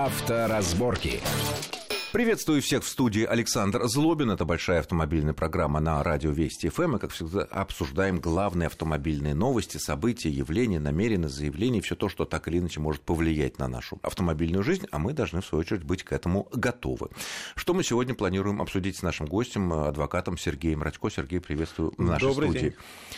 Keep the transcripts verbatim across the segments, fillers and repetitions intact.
Авторазборки. Приветствую всех в студии Александр Злобин. Это большая автомобильная программа на радио Вести ФМ. Мы, как всегда, обсуждаем главные автомобильные новости, события, явления, намерения, заявления, все то, что так или иначе может повлиять на нашу автомобильную жизнь, а мы должны, в свою очередь, быть к этому готовы. Что мы сегодня планируем обсудить с нашим гостем, адвокатом Сергеем Радько. Сергей, приветствую в нашей Добрый студии. День.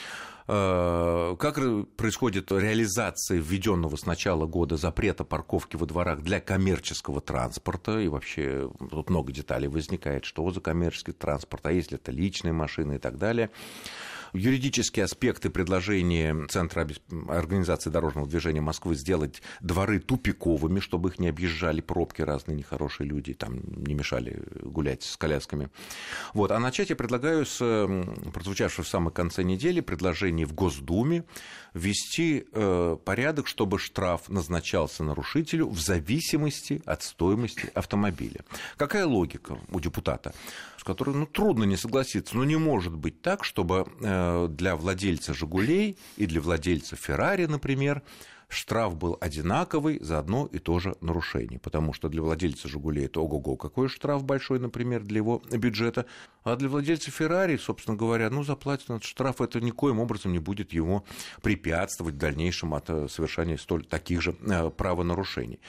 Как происходит реализация введенного с начала года запрета парковки во дворах для коммерческого транспорта? И вообще тут много деталей возникает, что за коммерческий транспорт, а если это личные машины и так далее. Юридические аспекты предложения Центра организации дорожного движения Москвы сделать дворы тупиковыми, чтобы их не объезжали пробки, разные нехорошие люди, там не мешали гулять с колясками. Вот. А начать я предлагаю с прозвучавшего в самом конце недели предложения в Госдуме ввести э, порядок, чтобы штраф назначался нарушителю в зависимости от стоимости автомобиля. Какая логика у депутата, с которой ну, трудно не согласиться, но не может быть так, чтобы э, для владельца «Жигулей» и для владельца «Феррари», например, штраф был одинаковый за одно и то же нарушение, потому что для владельца «Жигулей» это ого-го, какой штраф большой, например, для его бюджета, а для владельца «Феррари», собственно говоря, ну, заплатит этот штраф, это никоим образом не будет ему препятствовать в дальнейшем от совершения столь таких же правонарушений.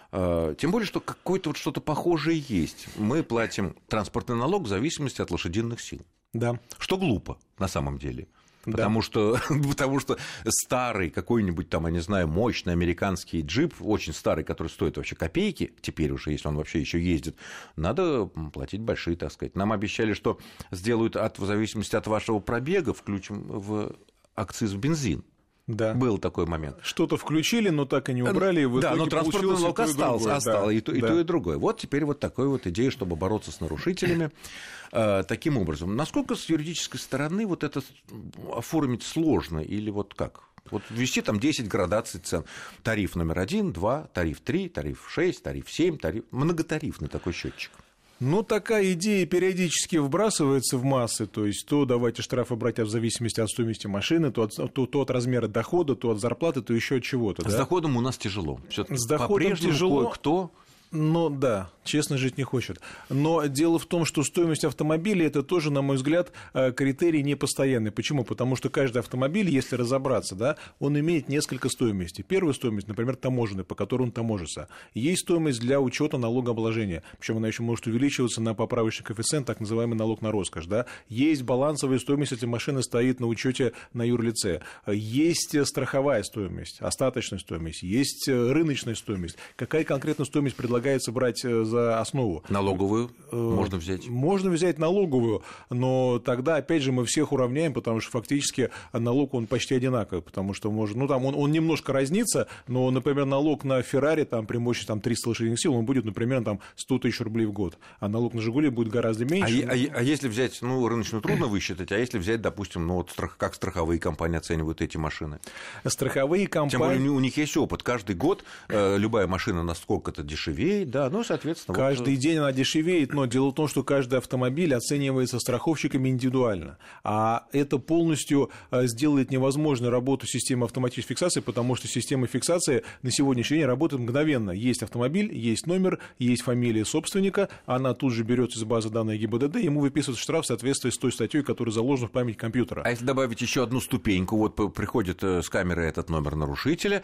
Тем более, что какое-то вот что-то похожее есть. Мы платим транспортный налог в зависимости от лошадиных сил. Да. Что глупо на самом деле. Да. Потому что, потому что старый какой-нибудь там, я не знаю, мощный американский джип, очень старый, который стоит вообще копейки, теперь уже, если он вообще еще ездит, надо платить большие, так сказать. Нам обещали, что сделают от, в зависимости от вашего пробега, включим в акциз в бензин. Да. Был такой момент. Что-то включили, но так и не убрали. И в да, итоге но транспортный налог и остался, другое. остался да. и, то, и да. то, и другое. Вот теперь вот такой вот идея, чтобы бороться с нарушителями э, таким образом. Насколько с юридической стороны вот это оформить сложно или вот как? Вот ввести там десять градаций цен. Тариф номер один, два, тариф три, тариф шесть, тариф семь, тариф... многотарифный такой счетчик. Ну, такая идея периодически вбрасывается в массы, то есть то давайте штрафы брать в зависимости от стоимости машины, то от, то, то от размера дохода, то от зарплаты, то еще от чего-то. С да? доходом у нас тяжело. С доходом тяжело. Кое-кто... Ну да, честно жить не хочет. Но дело в том, что стоимость автомобиля – это тоже, на мой взгляд, критерий непостоянный. Почему? Потому что каждый автомобиль, если разобраться, да, он имеет несколько стоимостей. Первая стоимость, например, таможенная, по которой он таможится. Есть стоимость для учета налогообложения, причем она еще может увеличиваться на поправочный коэффициент, так называемый налог на роскошь. Да? Есть балансовая стоимость, если машина стоит на учете на юрлице. Есть страховая стоимость, остаточная стоимость, есть рыночная стоимость. Какая конкретно стоимость предлагается брать за основу? Налоговую можно взять? Можно взять налоговую, но тогда, опять же, мы всех уравняем, потому что фактически налог, он почти одинаковый, потому что может, ну, там он, он немножко разнится, но, например, налог на Феррари там, при мощи там, триста лошадиных сил, он будет, например, там, сто тысяч рублей в год, а налог на «Жигули» будет гораздо меньше. А, а, а если взять, ну, рыночную трудно высчитать, а если взять, допустим, ну, вот страх, как страховые компании оценивают эти машины? Страховые компании... Тем более у них есть опыт, каждый год э, любая машина на сколько-то дешевеет. Да, ну, соответственно... Каждый вот... день она дешевеет, но дело в том, что каждый автомобиль оценивается страховщиками индивидуально. А это полностью сделает невозможной работу системы автоматической фиксации, потому что система фиксации на сегодняшний день работает мгновенно. Есть автомобиль, есть номер, есть фамилия собственника, она тут же берется из базы данных ГИБДД, ему выписывается штраф в соответствии с той статьей, которая заложена в память компьютера. А если добавить еще одну ступеньку, вот приходит с камеры этот номер нарушителя,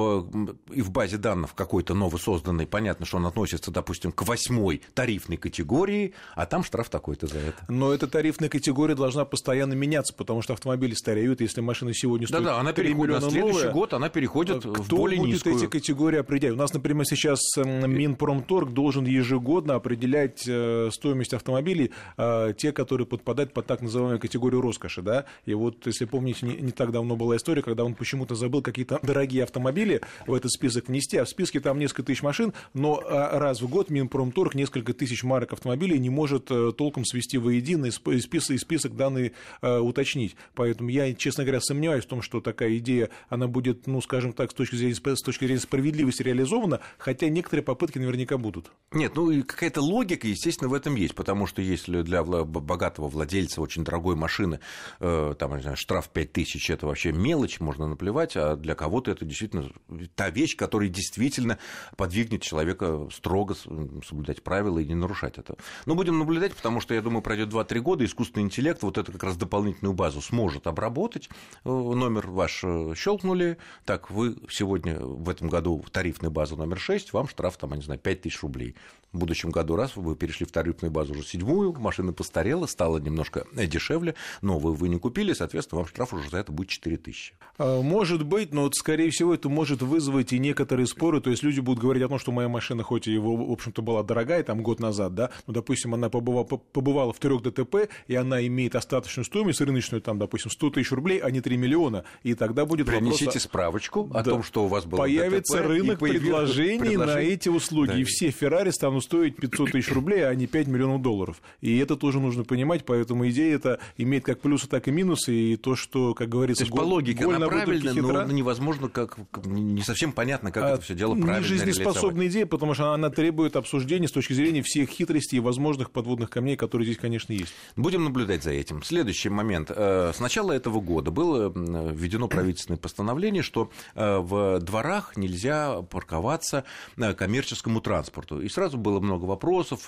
и в базе данных какой-то новый созданный, понятно, что он относится, допустим, к восьмой тарифной категории, а там штраф такой-то за это. Но эта тарифная категория должна постоянно меняться, потому что автомобили стареют, если машина сегодня стоит да-да, она три переходит, миллиона на следующий новая, год она переходит кто в более будет низкую. Эти категории определять? У нас, например, сейчас Минпромторг должен ежегодно определять стоимость автомобилей, те, которые подпадают под так называемую категорию роскоши, да, и вот, если помните, не, не так давно была история, когда он почему-то забыл какие-то дорогие автомобили в этот список внести, а в списке там несколько тысяч машин, но раз в год Минпромторг несколько тысяч марок автомобилей не может толком свести воедино и список, и список данные э, уточнить. Поэтому я, честно говоря, сомневаюсь в том, что такая идея, она будет, ну, скажем так, с точки зрения, с точки зрения справедливости реализована, хотя некоторые попытки наверняка будут. Нет, ну и какая-то логика, естественно, в этом есть, потому что если для богатого владельца очень дорогой машины э, там, не знаю, штраф пять тысяч, это вообще мелочь, можно наплевать, а для кого-то это действительно та вещь, которая действительно подвигнет человека надо строго соблюдать правила и не нарушать это. Но будем наблюдать, потому что, я думаю, пройдет два-три года, искусственный интеллект вот эту как раз дополнительную базу сможет обработать. Номер ваш щелкнули, так, вы сегодня в этом году тарифная база номер шесть, вам штраф, там, я не знаю, пять тысяч рублей. В будущем году, раз вы перешли в тарифную базу уже седьмую, машина постарела, стала немножко дешевле, новую вы не купили, соответственно, вам штраф уже за это будет четыре тысячи. Может быть, но, вот, скорее всего, это может вызвать и некоторые споры, то есть люди будут говорить о том, что моя машина, хоть и, в общем-то, была дорогая, там, год назад, да, но, допустим, она побывала, побывала в трех ДТП, и она имеет остаточную стоимость рыночную, там, допустим, сто тысяч рублей, а не три миллиона, и тогда будет Принесите вопрос... справочку о да. том, что у вас было Появится ДТП, рынок предложений предложение... на эти услуги, да. и все Феррари станут стоить пятьсот тысяч рублей, а не пять миллионов долларов. И это тоже нужно понимать, поэтому идея это имеет как плюсы, так и минусы, и то, что, как говорится, то есть, по логике она правильная, но невозможно, как, не совсем понятно, как а, это все дело правильно реализовать. Жизнеспособная идея, потому что она требует обсуждения с точки зрения всех хитростей и возможных подводных камней, которые здесь, конечно, есть. Будем наблюдать за этим. Следующий момент. С начала этого года было введено правительственное постановление, что в дворах нельзя парковаться коммерческому транспорту. И сразу было много вопросов,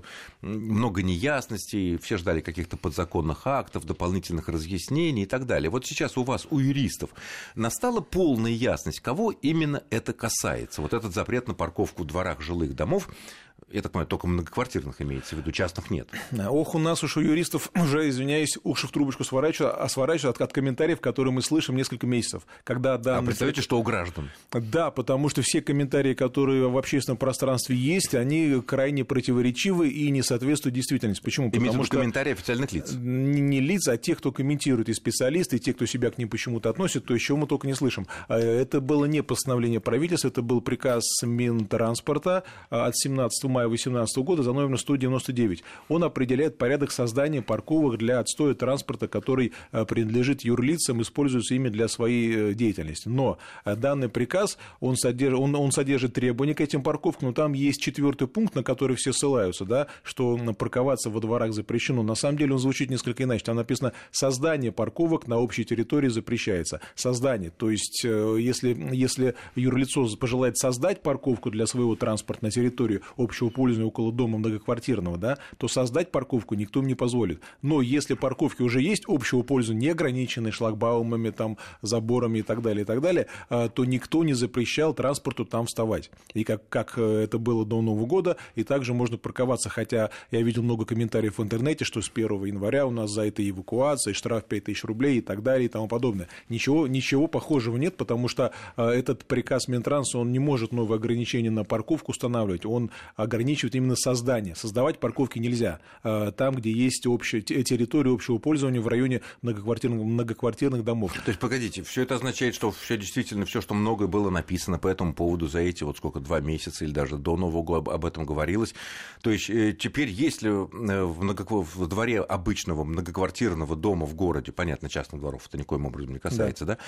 много неясностей, все ждали каких-то подзаконных актов, дополнительных разъяснений и так далее. Вот сейчас у вас, у юристов, настала полная ясность, кого именно это касается. Вот этот запрет на парковку в дворах жилых домов. Я так понимаю, только многоквартирных имеется в виду, частных нет. Ох, у нас уж у юристов уже, извиняюсь, уши в трубочку сворачивают, а сворачивают от, от комментариев, которые мы слышим несколько месяцев. Когда данные... А представляете, что у граждан? Да, потому что все комментарии, которые в общественном пространстве есть, они крайне противоречивы и не соответствуют действительности. Почему? Имеется потому в виду что комментарии официальных лиц? Не, не лиц, а тех, кто комментирует, и специалисты, и те, кто себя к ним почему-то относит, то есть чего мы только не слышим. Это было не постановление правительства, это был приказ Минтранспорта от семнадцатого мая две тысячи восемнадцатого года за номером сто девяносто девять. Он определяет порядок создания парковок для отстоя транспорта, который принадлежит юрлицам, используется ими для своей деятельности. Но данный приказ, он содержит, он, он содержит требования к этим парковкам, но там есть четвертый пункт, на который все ссылаются, да, что парковаться во дворах запрещено. На самом деле он звучит несколько иначе. Там написано «создание парковок на общей территории запрещается». Создание, то есть если, если юрлицо пожелает создать парковку для своего транспорта на территории общего пользования около дома многоквартирного, да, то создать парковку никто им не позволит. Но если парковки уже есть общего пользования, не ограниченные шлагбаумами, там, заборами и так далее, и так далее, то никто не запрещал транспорту там вставать. И как, как это было до Нового года, и также можно парковаться, хотя я видел много комментариев в интернете, что с первого января у нас за это эвакуация, и штраф пять тысяч рублей и так далее и тому подобное. Ничего, ничего похожего нет, потому что этот приказ Минтранса, он не может новые ограничения на парковку устанавливать, он ограничивает именно создание. Создавать парковки нельзя там, где есть общая территория общего пользования в районе многоквартирных, многоквартирных домов. То есть, погодите, все это означает, что все действительно, все, что многое было написано по этому поводу за эти вот сколько, два месяца или даже до Нового года об этом говорилось. То есть, теперь, если в, много... в дворе обычного многоквартирного дома в городе, понятно, частных дворов это никоим образом не касается, да, да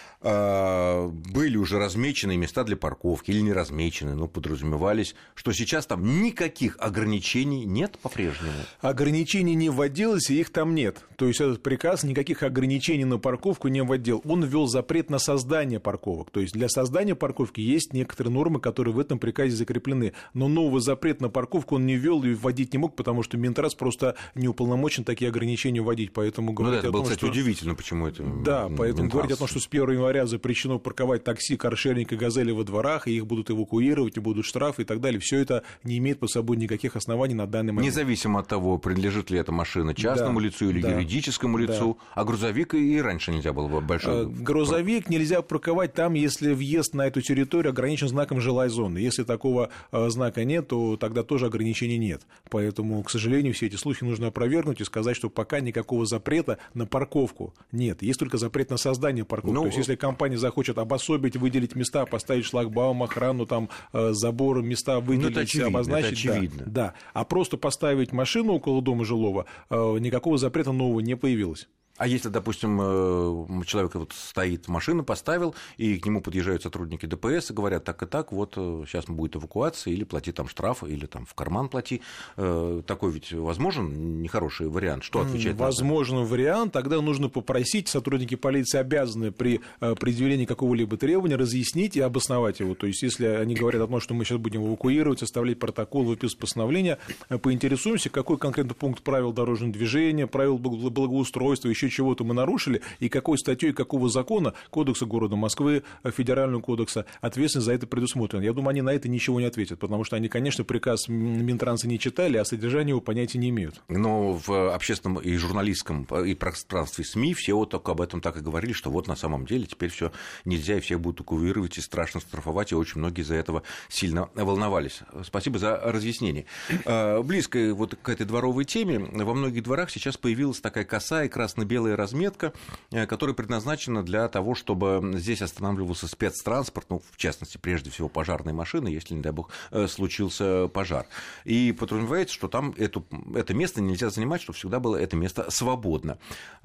были уже размеченные места для парковки или не размечены, но подразумевались, что сейчас там никаких ограничений нет по-прежнему. Ограничений не вводилось, и их там нет. То есть этот приказ никаких ограничений на парковку не вводил. Он ввел запрет на создание парковок. То есть для создания парковки есть некоторые нормы, которые в этом приказе закреплены. Но новый запрет на парковку он не ввел и вводить не мог, потому что Минтранс просто не уполномочен такие ограничения вводить. Поэтому ну да, это о было, том, кстати, что... удивительно, почему это Да, поэтому Минтранс... говорить о том, что с первого января запрещено парковать такси, каршеринг и газели во дворах, и их будут эвакуировать, и будут штрафы и так далее. Все это не имеет под собой никаких оснований на данный момент. Независимо от того, принадлежит ли эта машина частному да, лицу или да, юридическому лицу, да. А грузовик и раньше нельзя было бы большой... Грузовик нельзя парковать там, если въезд на эту территорию ограничен знаком жилой зоны. Если такого знака нет, то тогда тоже ограничений нет. Поэтому, к сожалению, все эти слухи нужно опровергнуть и сказать, что пока никакого запрета на парковку нет. Есть только запрет на создание парковки. Ну, то есть, если компания захочет обособить, выделить места, поставить шлагбаум, охрану, там, забор, места выделить, ну, очевидно, обозначить. Это очевидно. Да, да. А просто поставить машину около дома жилого, никакого запрета нового не появилось. А если, допустим, человек вот стоит, машину поставил, и к нему подъезжают сотрудники ДПС и говорят, так и так, вот сейчас будет эвакуация, или плати там штраф, или там в карман плати. Такой ведь возможен нехороший вариант? Что отвечать? Возможен вариант, тогда нужно попросить, сотрудники полиции обязаны при предъявлении какого-либо требования разъяснить и обосновать его. То есть, если они говорят о том, что мы сейчас будем эвакуировать, составлять протокол, выписывать постановление, поинтересуемся, какой конкретно пункт правил дорожного движения, правил благоустройства, еще чего-то мы нарушили, и какой статьей какого закона, Кодекса города Москвы, Федерального кодекса, ответственность за это предусмотрена. Я думаю, они на это ничего не ответят, потому что они, конечно, приказ Минтранса не читали, а содержание его понятия не имеют. Но в общественном и журналистском и пространстве СМИ все вот только об этом так и говорили, что вот на самом деле теперь все нельзя, и всех будут эвакуировать, и страшно штрафовать, и очень многие из-за этого сильно волновались. Спасибо за разъяснение. Близко вот к этой дворовой теме, во многих дворах сейчас появилась такая косая красно-белая разметка, которая предназначена для того, чтобы здесь останавливался спецтранспорт, ну, в частности, прежде всего, пожарные машины, если, не дай бог, случился пожар. И подразумевается, что там эту, это место нельзя занимать, чтобы всегда было это место свободно.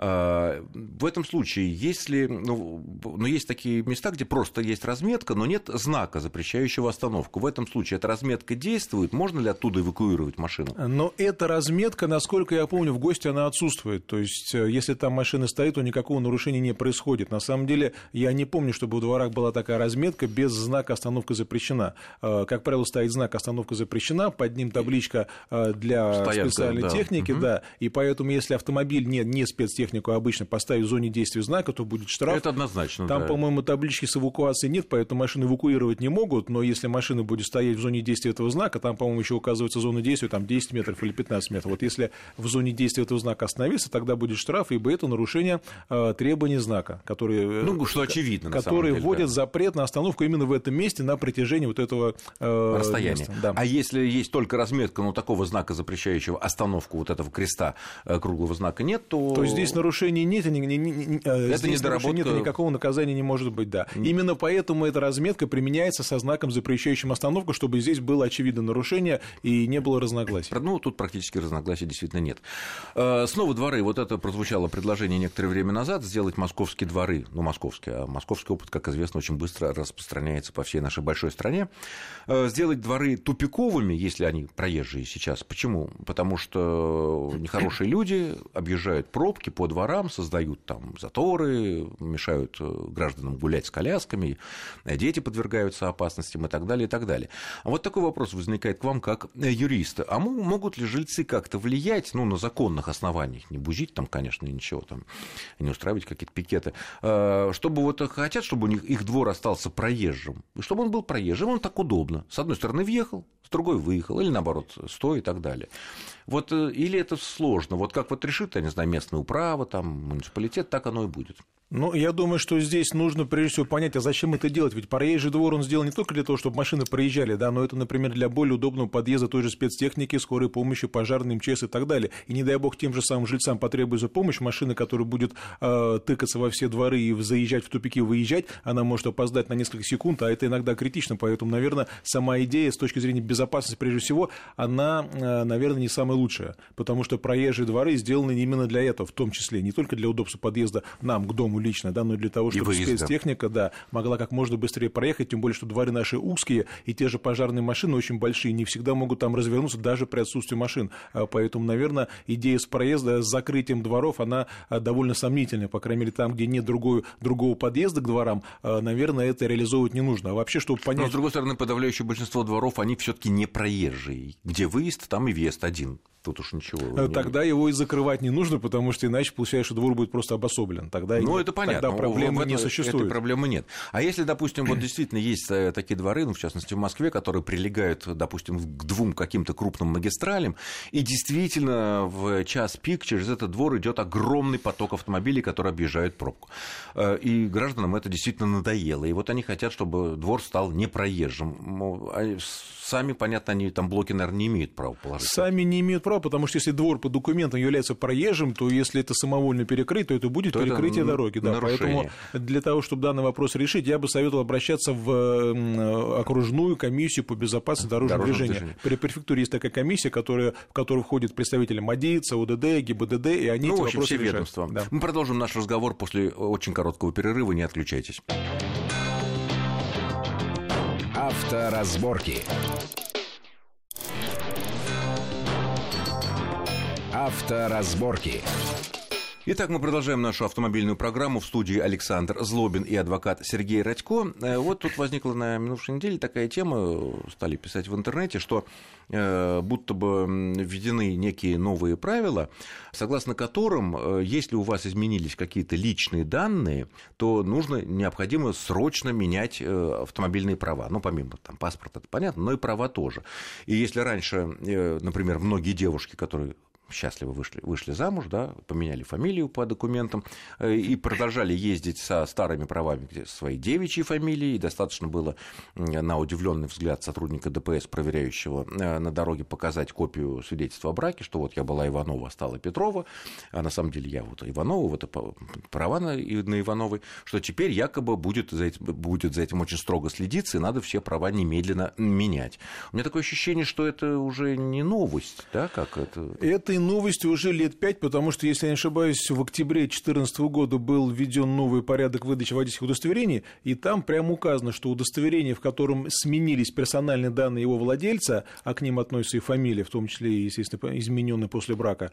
В этом случае, если, ну, ну, есть такие места, где просто есть разметка, но нет знака, запрещающего остановку. В этом случае эта разметка действует, можно ли оттуда эвакуировать машину? Но эта разметка, насколько я помню, в ГОСТе она отсутствует. То есть, если там машина стоит, то никакого нарушения не происходит. На самом деле, я не помню, чтобы в дворах была такая разметка без знака «Остановка запрещена». Как правило, стоит знак «Остановка запрещена», под ним табличка для Стоянка, специальной да. техники, угу. да, и поэтому, если автомобиль не, не спецтехнику, а обычно поставить в зоне действия знака, то будет штраф. Это однозначно, Там, да. по-моему, таблички с эвакуацией нет, поэтому машины эвакуировать не могут, но если машина будет стоять в зоне действия этого знака, там, по-моему, еще указывается зона действия, там десять метров или пятнадцать метров. Вот если в зоне действия этого знака остановиться, тогда будет штраф, ибо это нарушение э, требований знака, которые, ну, что очевидно, которые деле, вводят да. запрет на остановку именно в этом месте на протяжении вот этого э, расстояния. Да. А если есть только разметка, ну, такого знака, запрещающего остановку вот этого креста, э, круглого знака нет, то... То здесь нарушений нет, и, не, не, не, это здесь недоработка... нет, и никакого наказания не может быть, да. Mm. Именно поэтому эта разметка применяется со знаком, запрещающим остановку, чтобы здесь было очевидно нарушение и не было разногласий. Ну, тут практически разногласий действительно нет. Снова дворы. Вот это прозвучало предложение некоторое время назад сделать московские дворы. Ну, московские. А московский опыт, как известно, очень быстро распространяется по всей нашей большой стране. Сделать дворы тупиковыми, если они проезжие сейчас. Почему? Потому что нехорошие люди объезжают пробки по дворам, создают там заторы, мешают гражданам гулять с колясками, дети подвергаются опасностям и так далее, и так далее. А вот такой вопрос возникает к вам как юриста. А могут ли жильцы как-то влиять, ну, на законных основаниях, не бузить там, конечно, ничего там, не устраивать какие-то пикеты, чтобы вот хотят, чтобы у них их двор остался проезжим, и чтобы он был проезжим, он так удобно. С одной стороны въехал, с другой выехал, или наоборот, стой и так далее. Вот, или это сложно? Вот как вот решит, я не знаю, местная управа, там, муниципалитет, так оно и будет. Ну, я думаю, что здесь нужно, прежде всего, понять, а зачем это делать? Ведь проезжий двор он сделан не только для того, чтобы машины проезжали, да, но это, например, для более удобного подъезда той же спецтехники, скорой помощи, пожарной, МЧС и так далее. И не дай бог тем же самым жильцам потребуется помощь, машина, которая будет э, тыкаться во все дворы и заезжать в тупики, выезжать, она может опоздать на несколько секунд, а это иногда критично, поэтому, наверное, сама идея с точки зрения безопасности, прежде всего, она, э, наверное, не самая лучшая, потому что проезжие дворы сделаны именно для этого, в том числе, не только для удобства подъезда нам к дому лично, да, но и для того, чтобы спецтехника, да, могла как можно быстрее проехать, тем более, что дворы наши узкие, и те же пожарные машины очень большие, не всегда могут там развернуться даже при отсутствии машин. Поэтому, наверное, идея с проезда, с закрытием дворов, она довольно сомнительная, по крайней мере, там, где нет другой, другого подъезда к дворам, наверное, это реализовывать не нужно. А вообще, чтобы понять... Но, с другой стороны, подавляющее большинство дворов, они все-таки не проезжие. Где выезд, там и въезд один. Тут уж ничего. Тогда его и закрывать не нужно, потому что иначе, получается, что двор будет просто обособлен. Тогда, ну, и... это понятно. Тогда проблемы не существует. Этой проблемы нет. А если, допустим, вот действительно есть такие дворы, ну, в частности, в Москве, которые прилегают, допустим, к двум каким-то крупным магистралям, и действительно в час пик через этот двор идет огромный поток автомобилей, которые объезжают пробку. И гражданам это действительно надоело. И вот они хотят, чтобы двор стал непроезжим. Сами понятно, они там блоки, наверное, не имеют права положить. Сами не имеют права, потому что если двор по документам является проезжим, то если это самовольно перекрыть, то это будет то перекрытие это дороги. Да. Поэтому для того, чтобы данный вопрос решить, я бы советовал обращаться в окружную комиссию по безопасности дорожного, дорожного движения. движения. При префектуре есть такая комиссия, которая, в которую входят представители МАДИЦа, ОДД, ГИБДД, и они ну, эти вопросы все решают. Ведомства. Да. Мы продолжим наш разговор после очень короткого перерыва, не отключайтесь. Авторазборки. Авторазборки. Итак, мы продолжаем нашу автомобильную программу. В студии Александр Злобин и адвокат Сергей Радько. Вот тут возникла на минувшей неделе такая тема, стали писать в интернете, что э, будто бы введены некие новые правила, согласно которым, э, если у вас изменились какие-то личные данные, то нужно, необходимо срочно менять э, автомобильные права. Ну, помимо там, паспорта, это понятно, но и права тоже. И если раньше, э, например, многие девушки, которые счастливо вышли, вышли замуж, да, поменяли фамилию по документам и продолжали ездить со старыми правами, где своей девичьей фамилией, и достаточно было на удивленный взгляд сотрудника ДПС, проверяющего на дороге, показать копию свидетельства о браке, что вот я была Иванова, а стала Петрова, а на самом деле я вот Иванова, вот права на, на Ивановой, что теперь якобы будет за, этим, будет за этим очень строго следиться, и надо все права немедленно менять. У меня такое ощущение, что это уже не новость, да, как это... Это новости уже лет пять, потому что, если я не ошибаюсь, в октябре две тысячи четырнадцатого года был введен новый порядок выдачи водительских удостоверений, и там прямо указано, что удостоверение, в котором сменились персональные данные его владельца, а к ним относится и фамилия, в том числе, естественно, измененная после брака,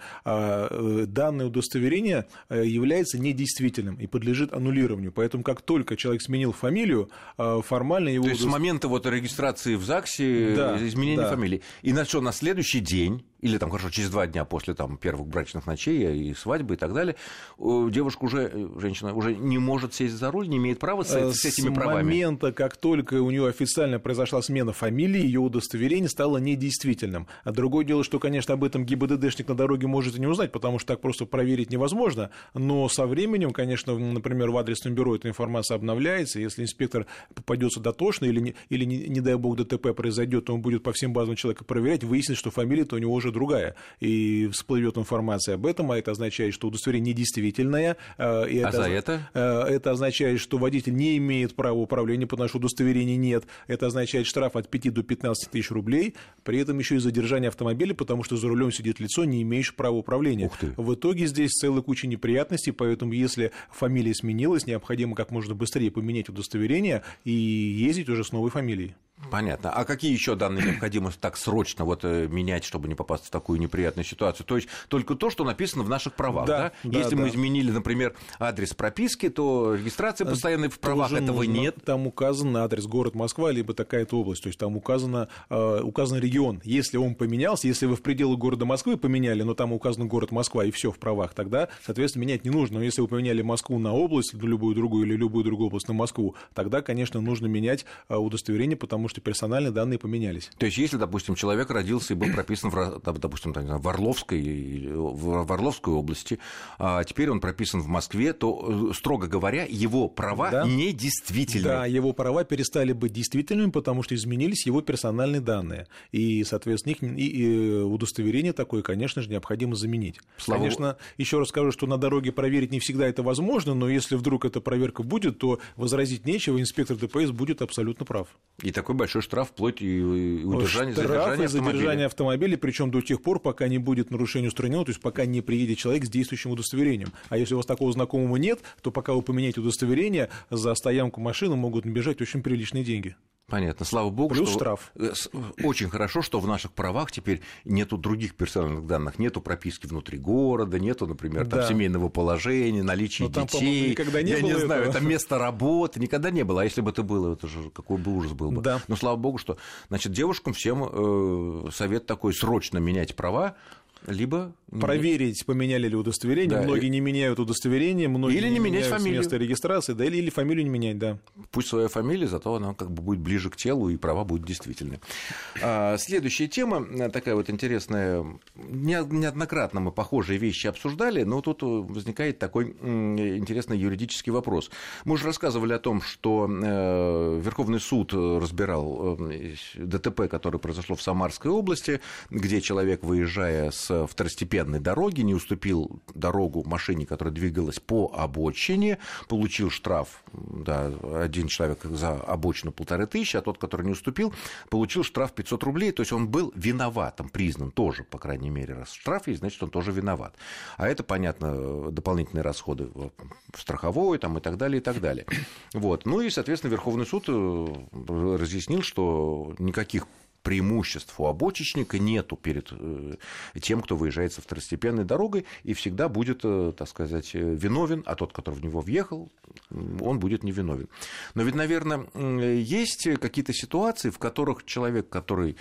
а данное удостоверение является недействительным и подлежит аннулированию. Поэтому, как только человек сменил фамилию, формально его... То есть, удост... с момента вот регистрации в ЗАГСе, да, изменения да. фамилии, и на что, на следующий день, или там, хорошо, через два дня после там, первых брачных ночей и свадьбы и так далее, девушка уже, женщина уже не может сесть за руль, не имеет права с, с этими правами. С момента, как только у нее официально произошла смена фамилии, ее удостоверение стало недействительным. А другое дело, что, конечно, об этом ГИБДДшник на дороге может и не узнать, потому что так просто проверить невозможно, но со временем, конечно, например, в адресном бюро эта информация обновляется, если инспектор попадется дотошно или, не, или не, не дай бог, ДТП произойдет, то он будет по всем базам человека проверять, выяснить, что фамилия-то у него уже другая, и всплывет информация об этом, а это означает, что удостоверение недействительное. И а это, за это? Это означает, что водитель не имеет права управления, потому что удостоверения нет. Это означает штраф от пяти до пятнадцати тысяч рублей, при этом еще и задержание автомобиля, потому что за рулем сидит лицо, не имеющее права управления. В итоге здесь целая куча неприятностей, поэтому если фамилия сменилась, необходимо как можно быстрее поменять удостоверение и ездить уже с новой фамилией. Понятно. А какие еще данные необходимо так срочно вот менять, чтобы не попасть в такую неприятную ситуацию? То есть только то, что написано в наших правах, да? да? Если да, мы да. изменили, например, адрес прописки, то регистрация постоянной в правах этого нужно, нет. Там указан адрес город Москва, либо такая-то область. То есть там указано, э, указан регион. Если он поменялся, если вы в пределах города Москвы поменяли, но там указан город Москва и все в правах, тогда, соответственно, менять не нужно. Но если вы поменяли Москву на область, любую другую или любую другую область на Москву, тогда, конечно, нужно менять удостоверение, потому что персональные данные поменялись. То есть, если, допустим, человек родился и был прописан, в, допустим, в Орловской, в Орловской области, а теперь он прописан в Москве, то, строго говоря, его права да. недействительны. Да, его права перестали быть действительными, потому что изменились его персональные данные. И, соответственно, их и, и удостоверение такое, конечно же, необходимо заменить. Слава конечно, Богу. Еще раз скажу, что на дороге проверить не всегда это возможно, но если вдруг эта проверка будет, то возразить нечего, инспектор ДПС будет абсолютно прав. И такой большой штраф вплоть и удержание, штраф задержание и задержание автомобиля, причем до тех пор, пока не будет нарушение устранено, то есть пока не приедет человек с действующим удостоверением. А если у вас такого знакомого нет, то пока вы поменяете удостоверение, за стоянку машины могут набежать очень приличные деньги. Понятно. Слава богу, плюс что штраф. Очень хорошо, что в наших правах теперь нету других персональных данных, нету прописки внутри города, нету, например, там, да. семейного положения, наличия Но детей. Там, никогда не Я было не этого. знаю, это место работы, никогда не было. А если бы это было, это же какой бы ужас был бы. Да. Но слава богу, что, значит, девушкам всем э, совет такой: срочно менять права. либо проверить, поменяли ли удостоверение. Да. Многие не меняют удостоверение, многие или не, не менять фамилию. Место регистрации, да, или, или фамилию не менять, да. Пусть своя фамилия, зато она как бы будет ближе к телу, и права будут действительны. А, следующая тема, такая вот интересная, неоднократно мы похожие вещи обсуждали, но тут возникает такой интересный юридический вопрос. Мы уже рассказывали о том, что Верховный суд разбирал ДТП, которое произошло в Самарской области, где человек, выезжая с второстепенной дороги, не уступил дорогу машине, которая двигалась по обочине, получил штраф, да, один человек за обочину полторы тысячи, а тот, который не уступил, получил штраф пятьсот рублей, то есть он был виноватым, признан тоже, по крайней мере, раз штраф есть, значит, он тоже виноват. А это, понятно, дополнительные расходы в страховой там, и так далее, и так далее. Вот. Ну и, соответственно, Верховный суд разъяснил, что никаких преимуществ у обочечника нету перед тем, кто выезжает со второстепенной дорогой, и всегда будет, так сказать, виновен, а тот, который в него въехал, он будет невиновен. Но ведь, наверное, есть какие-то ситуации, в которых человек, который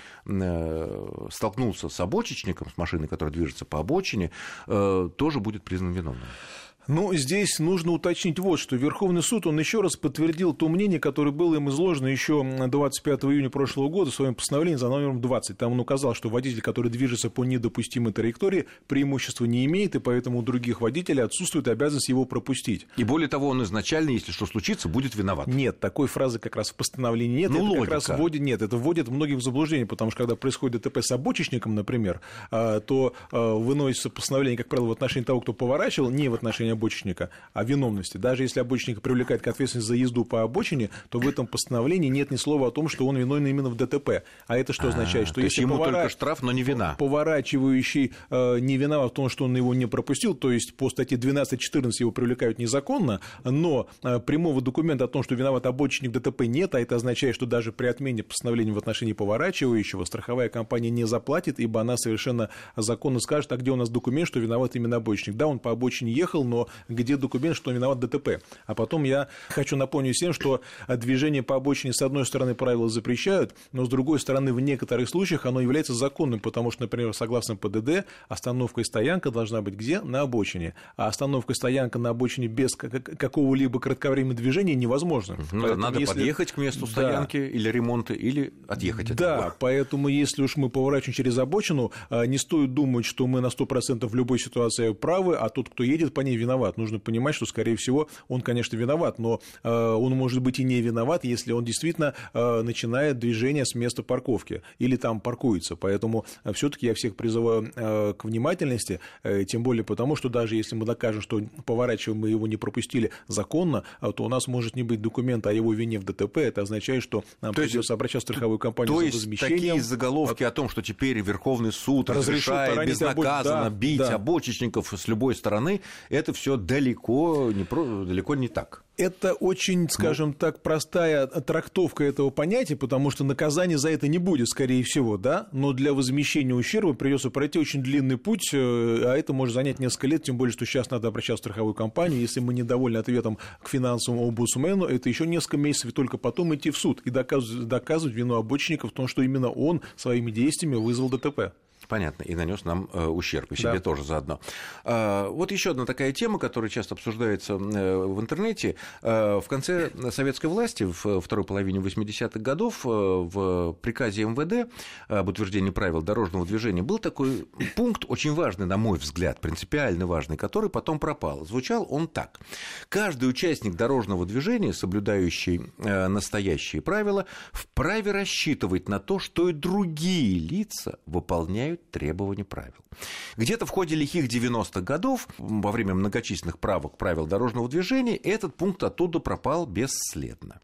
столкнулся с обочечником, с машиной, которая движется по обочине, тоже будет признан виновным. Ну, здесь нужно уточнить вот что. Верховный суд, он еще раз подтвердил то мнение, которое было им изложено еще двадцать пятого июня прошлого года в своем постановлении за номером двадцать. Там он указал, что водитель, который движется по недопустимой траектории, преимущества не имеет, и поэтому у других водителей отсутствует обязанность его пропустить. И более того, он изначально, если что случится, будет виноват. Нет, такой фразы как раз в постановлении нет. Ну, это логика. Как раз вводит, нет, это вводит многих в заблуждение, потому что когда происходит ДТП с обочечником, например, то выносится постановление, как правило, в отношении того, кто поворачивал, не в отношении обочечника, о виновности. Даже если обочечника привлекает к ответственности за езду по обочине, то в этом постановлении нет ни слова о том, что он виновен именно в ДТП. А это что означает? Что то если ему повора... только штраф, но не вина. Поворачивающий э, не виноват в том, что он его не пропустил, то есть по статье двенадцать четырнадцать его привлекают незаконно, но э, прямого документа о том, что виноват обочечник в ДТП, нет, а это означает, что даже при отмене постановления в отношении поворачивающего страховая компания не заплатит, ибо она совершенно законно скажет, а где у нас документ, что виноват именно обочечник. Да, он по обочине ехал, но где документ, что он виноват в ДТП. А потом я хочу напомнить всем, что движение по обочине с одной стороны правила запрещают, но с другой стороны в некоторых случаях оно является законным, потому что, например, согласно ПДД, остановка и стоянка должна быть где? На обочине. А остановка и стоянка на обочине без какого-либо кратковременного движения невозможно. Ну, поэтому, надо если... подъехать к месту стоянки, да, или ремонта, или отъехать от Да, него. Поэтому если уж мы поворачиваем через обочину, не стоит думать, что мы на сто процентов в любой ситуации правы, а тот, кто едет по ней, виноват. Нужно понимать, что, скорее всего, он, конечно, виноват, но э, он может быть и не виноват, если он действительно э, начинает движение с места парковки или там паркуется. Поэтому э, все-таки я всех призываю э, к внимательности, э, тем более потому, что даже если мы докажем, что поворачиваем, мы его не пропустили законно, э, то у нас может не быть документа о его вине в ДТП. Это означает, что нам то придется обращаться в страховую компанию то за есть возмещением. Такие заголовки о том, что теперь Верховный суд разрешает безнаказанно обоч... бить да. обочечников с любой стороны, это все далеко Не про... далеко не так. Это очень, скажем так, простая трактовка этого понятия, потому что наказания за это не будет, скорее всего, да, но для возмещения ущерба придется пройти очень длинный путь, а это может занять несколько лет, тем более, что сейчас надо обращаться в страховую компанию, если мы недовольны ответом к финансовому омбудсмену, это еще несколько месяцев, и только потом идти в суд и доказывать, доказывать вину обочинника в том, что именно он своими действиями вызвал ДТП. Понятно, и нанес нам э, ущерб, и себе да. тоже заодно. А, вот еще одна такая тема, которая часто обсуждается э, в интернете. Э, в конце советской власти, в второй половине восьмидесятых годов, э, в приказе эм вэ дэ об утверждении правил дорожного движения был такой пункт, очень важный, на мой взгляд, принципиально важный, который потом пропал. Звучал он так. Каждый участник дорожного движения, соблюдающий э, настоящие правила, вправе рассчитывать на то, что и другие лица выполняют требования правил. Где-то в ходе лихих девяностых годов, во время многочисленных правок правил дорожного движения, этот пункт оттуда пропал бесследно.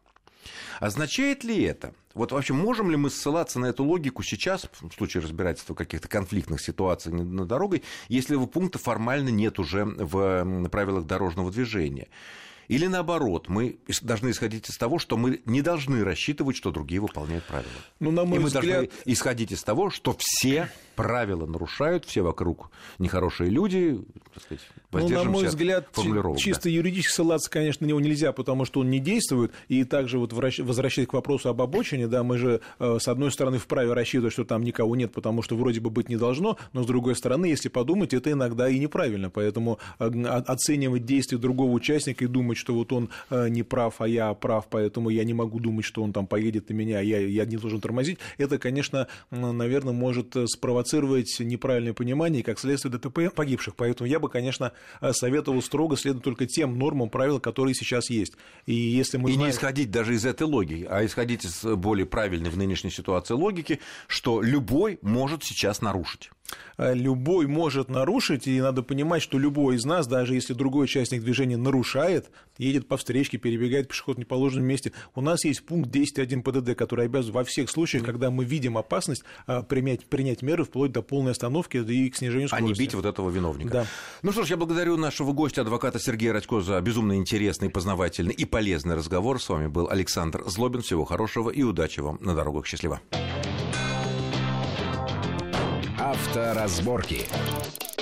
Означает ли это, вот вообще можем ли мы ссылаться на эту логику сейчас, в случае разбирательства каких-то конфликтных ситуаций на дороге, если его пункта формально нет уже в правилах дорожного движения? Или наоборот, мы должны исходить из того, что мы не должны рассчитывать, что другие выполняют правила. Ну, на мой И мы взгляд... должны исходить из того, что все правила нарушают, все вокруг нехорошие люди, так сказать, воздержимся ну, на мой взгляд, формулировок. Чисто да. юридически ссылаться, конечно, на него нельзя, потому что он не действует. И также вот возвращаясь к вопросу об обочине, да, мы же, с одной стороны, вправе рассчитывать, что там никого нет, потому что вроде бы быть не должно, но с другой стороны, если подумать, это иногда и неправильно. Поэтому оценивать действия другого участника и думать, что вот он не прав, а я прав, поэтому я не могу думать, что он там поедет на меня, я, я не должен тормозить, это, конечно, наверное, может спровоцировать неправильное понимание и, как следствие, ДТП погибших. Поэтому я бы, конечно, советовал строго следовать только тем нормам, правил, которые сейчас есть. И, если мы и знаем... не исходить даже из этой логики, а исходить из более правильной в нынешней ситуации логики, что любой может сейчас нарушить. Любой может нарушить, и надо понимать, что любой из нас, даже если другой участник движения нарушает, едет по встречке, перебегает пешеход в неположенном месте, у нас есть пункт десять точка один ПДД, который обязан во всех случаях, когда мы видим опасность, принять, принять меры вплоть до полной остановки и к снижению скорости. А не бить вот этого виновника. Да. Ну что ж, я благодарю нашего гостя, адвоката Сергея Радько, за безумно интересный, познавательный и полезный разговор. С вами был Александр Злобин. Всего хорошего и удачи вам на дорогах. Счастливо. Авторазборки.